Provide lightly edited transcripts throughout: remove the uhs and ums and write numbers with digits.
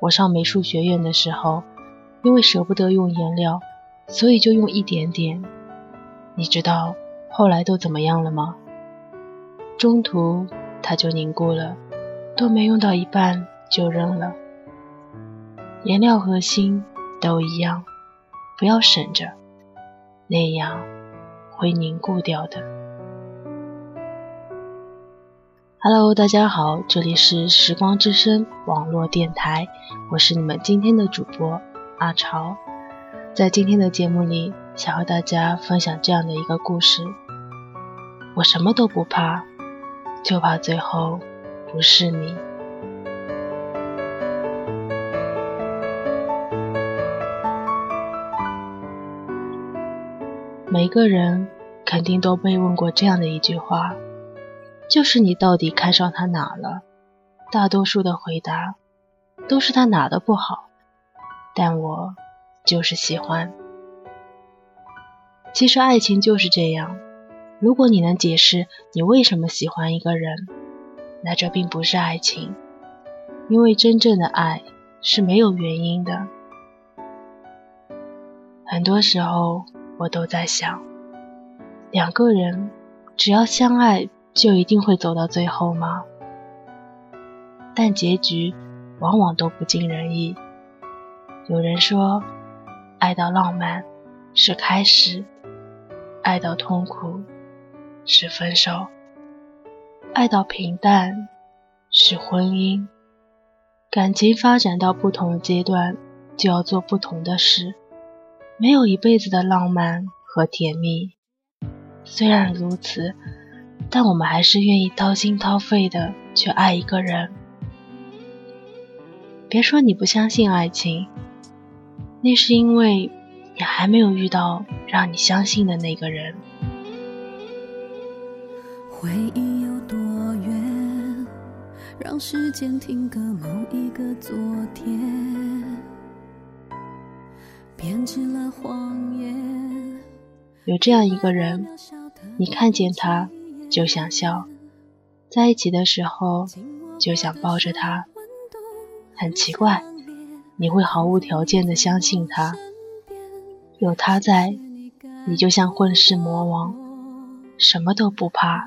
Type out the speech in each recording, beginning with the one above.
我上美术学院的时候，因为舍不得用颜料，所以就用一点点。你知道后来都怎么样了吗？中途它就凝固了，都没用到一半就扔了。颜料和心都一样，不要省着，那样会凝固掉的。Hello， 大家好，这里是时光之声网络电台，我是你们今天的主播阿潮。在今天的节目里，想和大家分享这样的一个故事。我什么都不怕，就怕最后不是你。每个人肯定都被问过这样的一句话，就是你到底看上他哪了？大多数的回答都是他哪的不好，但我就是喜欢。其实爱情就是这样，如果你能解释你为什么喜欢一个人，那这并不是爱情，因为真正的爱是没有原因的。很多时候我都在想，两个人只要相爱就一定会走到最后吗？但结局往往都不尽人意。有人说，爱到浪漫是开始，爱到痛苦是分手，爱到平淡是婚姻。感情发展到不同阶段，就要做不同的事，没有一辈子的浪漫和甜蜜。虽然如此，但我们还是愿意掏心掏肺的去爱一个人。别说你不相信爱情，那是因为你还没有遇到让你相信的那个人。 回忆有多远，让时间停格某一个昨天，编织了谎言。 有这样一个人，你看见他就想笑，在一起的时候就想抱着他。很奇怪，你会毫无条件地相信他，有他在，你就像混世魔王，什么都不怕。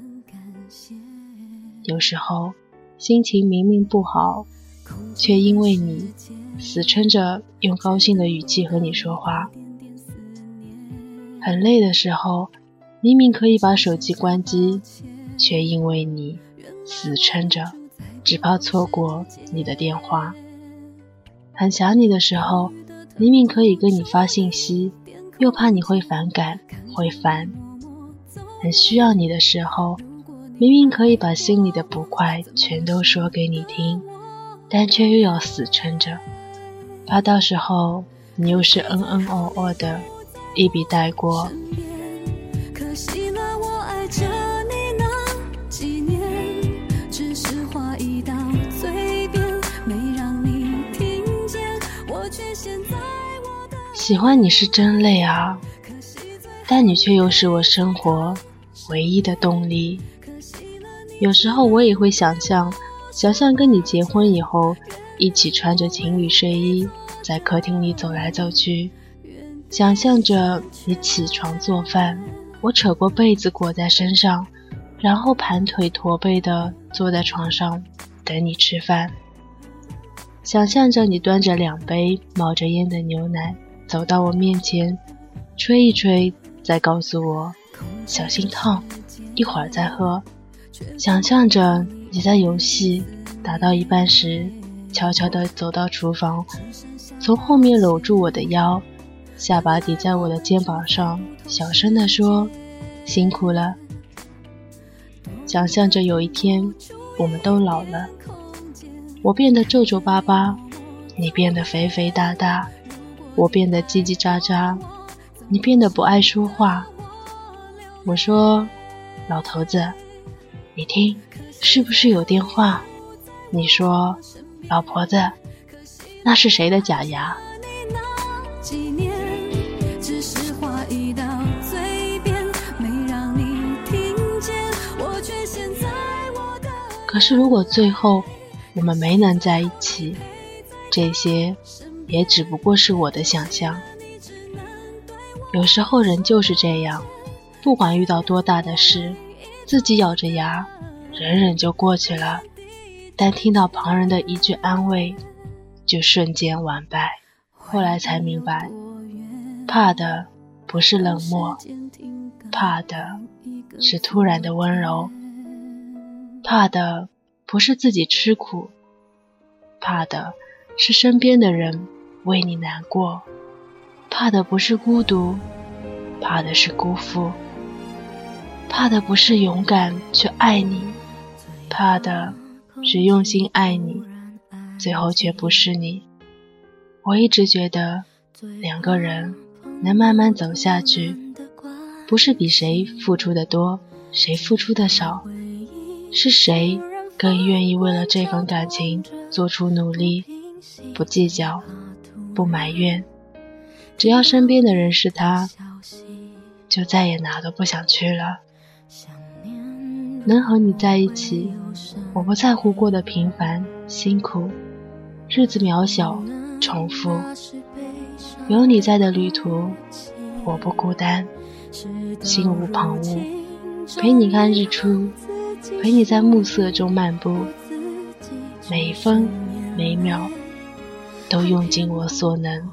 有时候心情明明不好，却因为你死撑着用高兴的语气和你说话。很累的时候，明明可以把手机关机，却因为你死撑着，只怕错过你的电话。很想你的时候，明明可以跟你发信息，又怕你会反感会烦。很需要你的时候，明明可以把心里的不快全都说给你听，但却又要死撑着，怕到时候你又是哦的一笔带过。 可惜了我爱着你那几年，只是话一到嘴边，没让你听见，我却陷在我的。 喜欢你是真累啊，但你却又是我生活唯一的动力。有时候我也会想象跟你结婚以后，一起穿着情侣睡衣在客厅里走来走去，想象着你起床做饭，我扯过被子裹在身上，然后盘腿驼背地坐在床上等你吃饭。想象着你端着2杯冒着烟的牛奶走到我面前，吹一吹，再告诉我小心烫，一会儿再喝。想象着你在游戏打到一半时，悄悄地走到厨房，从后面搂住我的腰，下巴抵在我的肩膀上，小声地说辛苦了。想象着有一天我们都老了，我变得皱皱巴巴，你变得肥肥大大，我变得叽叽喳喳，你变得不爱说话。我说老头子，你听，是不是有电话？你说老婆子，那是谁的假牙？可是如果最后我们没能在一起， 这些也只不过是我的想象。有时候人就是这样，不管遇到多大的事，自己咬着牙忍忍就过去了，但听到旁人的一句安慰，就瞬间完败。后来才明白，怕的不是冷漠，怕的是突然的温柔，怕的不是自己吃苦，怕的是身边的人为你难过，怕的不是孤独，怕的是辜负，怕的不是勇敢去爱你，怕的是用心爱你，最后却不是你。我一直觉得两个人能慢慢走下去，不是比谁付出的多，谁付出的少，是谁更愿意为了这份感情做出努力，不计较，不埋怨，只要身边的人是他，就再也哪都不想去了。能和你在一起，我不在乎过得平凡辛苦，日子渺小重复，有你在的旅途，我不孤单，心无旁骛，陪你看日出，陪你在暮色中漫步，每一分每一秒都用尽我所能。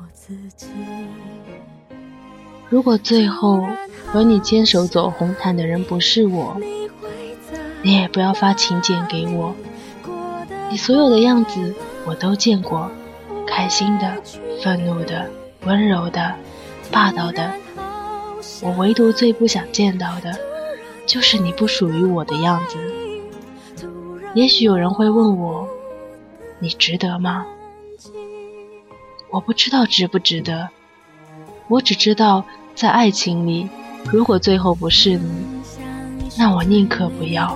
如果最后和你牵手走红毯的人不是我，你也不要发请柬给我，你所有的样子我都见过，开心的，愤怒的，温柔的，霸道的，我唯独最不想见到的就是你不属于我的样子。也许有人会问我，你值得吗？我不知道值不值得，我只知道在爱情里，如果最后不是你，那我宁可不要。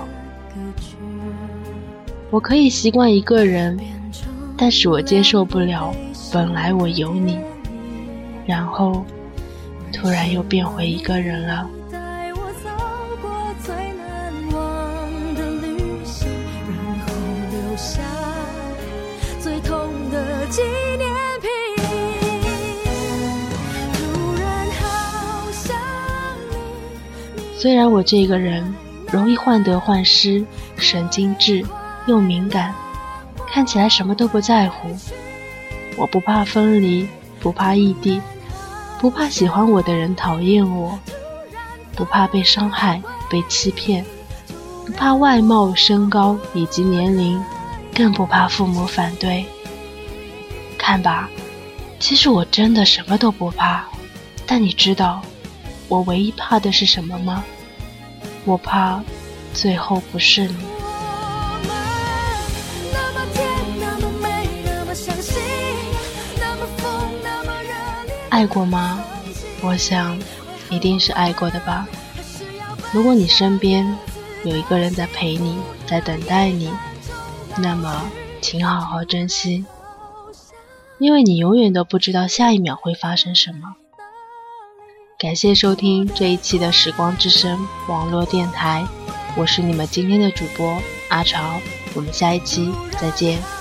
我可以习惯一个人，但是我接受不了本来我有你，然后突然又变回一个人了。 带我走过最难忘的旅行，然后留下最痛的纪念品。突然好想你。 虽然我这个人容易患得患失，神经质又敏感，看起来什么都不在乎，我不怕分离，不怕异地，不怕喜欢我的人讨厌我，不怕被伤害被欺骗，不怕外貌身高以及年龄，更不怕父母反对。看吧，其实我真的什么都不怕，但你知道我唯一怕的是什么吗？我怕最后不是你。爱过吗？我想一定是爱过的吧。如果你身边有一个人在陪你，在等待你，那么请好好珍惜，因为你永远都不知道下一秒会发生什么。感谢收听这一期的时光之声网络电台，我是你们今天的主播阿潮，我们下一期再见。